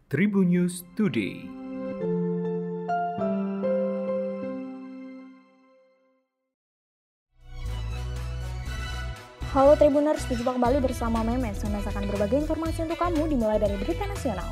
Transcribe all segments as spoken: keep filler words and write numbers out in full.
Tribun News Today. Halo Tribuners, berjumpa kembali bersama Memes. Memes akan berbagi informasi untuk kamu dimulai dari berita nasional.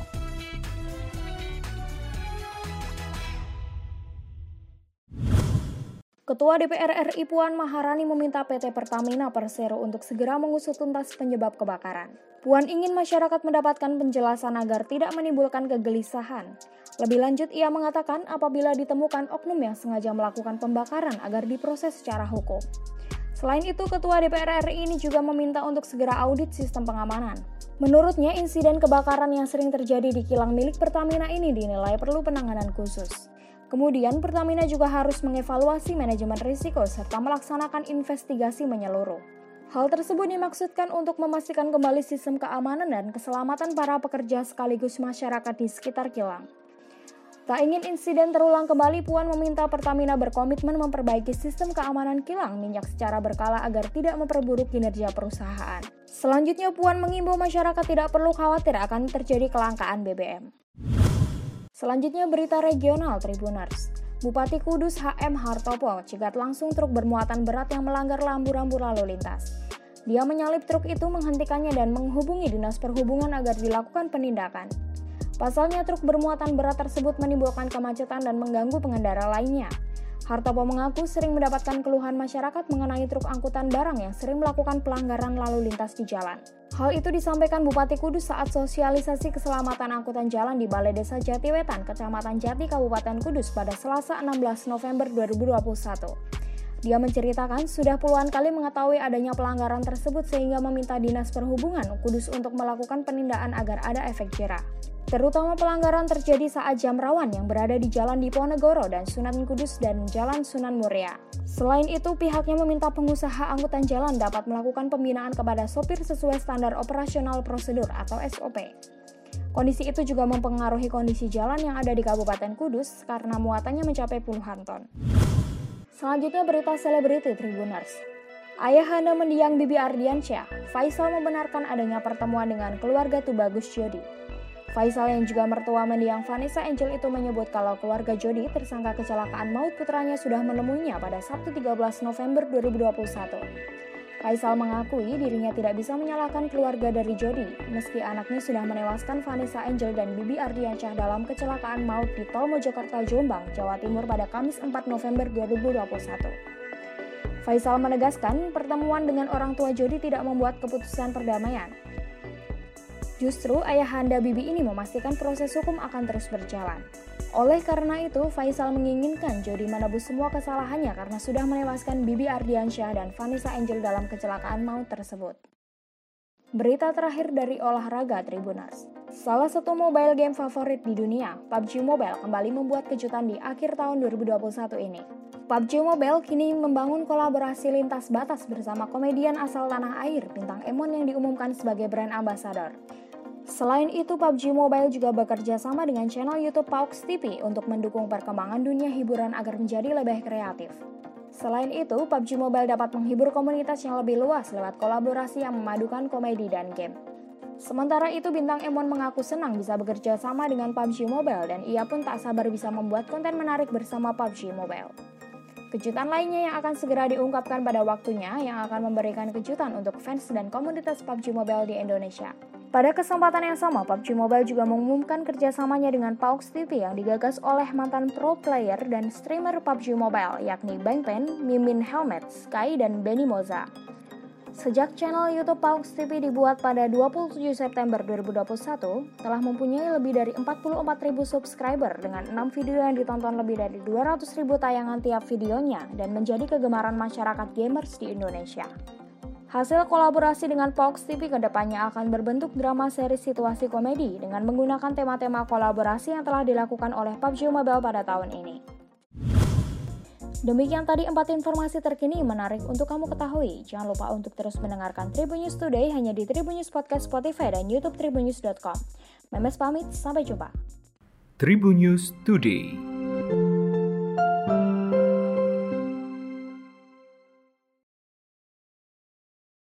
Ketua D P R R I Puan Maharani meminta P T Pertamina Persero untuk segera mengusut tuntas penyebab kebakaran. Puan ingin masyarakat mendapatkan penjelasan agar tidak menimbulkan kegelisahan. Lebih lanjut, ia mengatakan apabila ditemukan oknum yang sengaja melakukan pembakaran agar diproses secara hukum. Selain itu, Ketua D P R R I ini juga meminta untuk segera audit sistem pengamanan. Menurutnya, insiden kebakaran yang sering terjadi di kilang milik Pertamina ini dinilai perlu penanganan khusus. Kemudian, Pertamina juga harus mengevaluasi manajemen risiko serta melaksanakan investigasi menyeluruh. Hal tersebut dimaksudkan untuk memastikan kembali sistem keamanan dan keselamatan para pekerja sekaligus masyarakat di sekitar kilang. Tak ingin insiden terulang kembali, Puan meminta Pertamina berkomitmen memperbaiki sistem keamanan kilang minyak secara berkala agar tidak memperburuk kinerja perusahaan. Selanjutnya, Puan mengimbau masyarakat tidak perlu khawatir akan terjadi kelangkaan B B M. Selanjutnya berita regional Tribuners. Bupati Kudus H M Hartopo cegat langsung truk bermuatan berat yang melanggar rambu-rambu lalu lintas. Dia menyalip truk itu, menghentikannya dan menghubungi Dinas Perhubungan agar dilakukan penindakan. Pasalnya truk bermuatan berat tersebut menimbulkan kemacetan dan mengganggu pengendara lainnya. Hartopo mengaku sering mendapatkan keluhan masyarakat mengenai truk angkutan barang yang sering melakukan pelanggaran lalu lintas di jalan. Hal itu disampaikan Bupati Kudus saat sosialisasi keselamatan angkutan jalan di Balai Desa Jatiwetan, Kecamatan Jati, Kabupaten Kudus pada Selasa enam belas November dua ribu dua puluh satu. Dia menceritakan sudah puluhan kali mengetahui adanya pelanggaran tersebut sehingga meminta Dinas Perhubungan Kudus untuk melakukan penindakan agar ada efek jera. Terutama pelanggaran terjadi saat jam rawan yang berada di Jalan Diponegoro dan Sunan Kudus dan Jalan Sunan Muria. Selain itu, pihaknya meminta pengusaha angkutan jalan dapat melakukan pembinaan kepada sopir sesuai standar operasional prosedur atau S O P. Kondisi itu juga mempengaruhi kondisi jalan yang ada di Kabupaten Kudus karena muatannya mencapai puluhan ton. Selanjutnya berita selebriti Tribuners. Ayahanda mendiang Bibi Ardiansyah, Faisal membenarkan adanya pertemuan dengan keluarga Tubagus Jody. Faisal yang juga mertua mendiang Vanessa Angel itu menyebut kalau keluarga Jody tersangka kecelakaan maut putranya sudah menemuinya pada Sabtu tiga belas November dua ribu dua puluh satu. Faisal mengakui dirinya tidak bisa menyalahkan keluarga dari Jody meski anaknya sudah menewaskan Vanessa Angel dan Bibi Ardiansyah dalam kecelakaan maut di Tol Mojokerto Jombang, Jawa Timur pada Kamis empat November dua ribu dua puluh satu. Faisal menegaskan pertemuan dengan orang tua Jody tidak membuat keputusan perdamaian. Justru ayahanda Bibi ini memastikan proses hukum akan terus berjalan. Oleh karena itu, Faisal menginginkan Jody menebus semua kesalahannya karena sudah menewaskan Bibi Ardiansyah dan Vanessa Angel dalam kecelakaan maut tersebut. Berita terakhir dari olahraga Tribuners. Salah satu mobile game favorit di dunia, P U B G Mobile kembali membuat kejutan di akhir tahun dua ribu dua puluh satu ini. P U B G Mobile kini membangun kolaborasi lintas batas bersama komedian asal tanah air, Bintang Emon yang diumumkan sebagai brand ambassador. Selain itu, P U B G Mobile juga bekerja sama dengan channel YouTube Paux T V untuk mendukung perkembangan dunia hiburan agar menjadi lebih kreatif. Selain itu, P U B G Mobile dapat menghibur komunitas yang lebih luas lewat kolaborasi yang memadukan komedi dan game. Sementara itu, Bintang Emon mengaku senang bisa bekerja sama dengan P U B G Mobile dan ia pun tak sabar bisa membuat konten menarik bersama P U B G Mobile. Kejutan lainnya yang akan segera diungkapkan pada waktunya yang akan memberikan kejutan untuk fans dan komunitas P U B G Mobile di Indonesia. Pada kesempatan yang sama, P U B G Mobile juga mengumumkan kerjasamanya dengan Paux T V yang digagas oleh mantan pro player dan streamer P U B G Mobile, yakni Bang Pen, Mimin Helmet, Sky, dan Benny Moza. Sejak channel YouTube Paux T V dibuat pada dua puluh tujuh September dua ribu dua puluh satu, telah mempunyai lebih dari empat puluh empat ribu subscriber dengan enam video yang ditonton lebih dari dua ratus ribu tayangan tiap videonya dan menjadi kegemaran masyarakat gamers di Indonesia. Hasil kolaborasi dengan Paux T V kedepannya akan berbentuk drama seri situasi komedi dengan menggunakan tema-tema kolaborasi yang telah dilakukan oleh P U B G Mobile pada tahun ini. Demikian tadi empat informasi terkini menarik untuk kamu ketahui. Jangan lupa untuk terus mendengarkan Tribun News Today hanya di Tribun News Podcast Spotify dan YouTube tribunnews dot com. Memes pamit, sampai jumpa. Tribun News Today.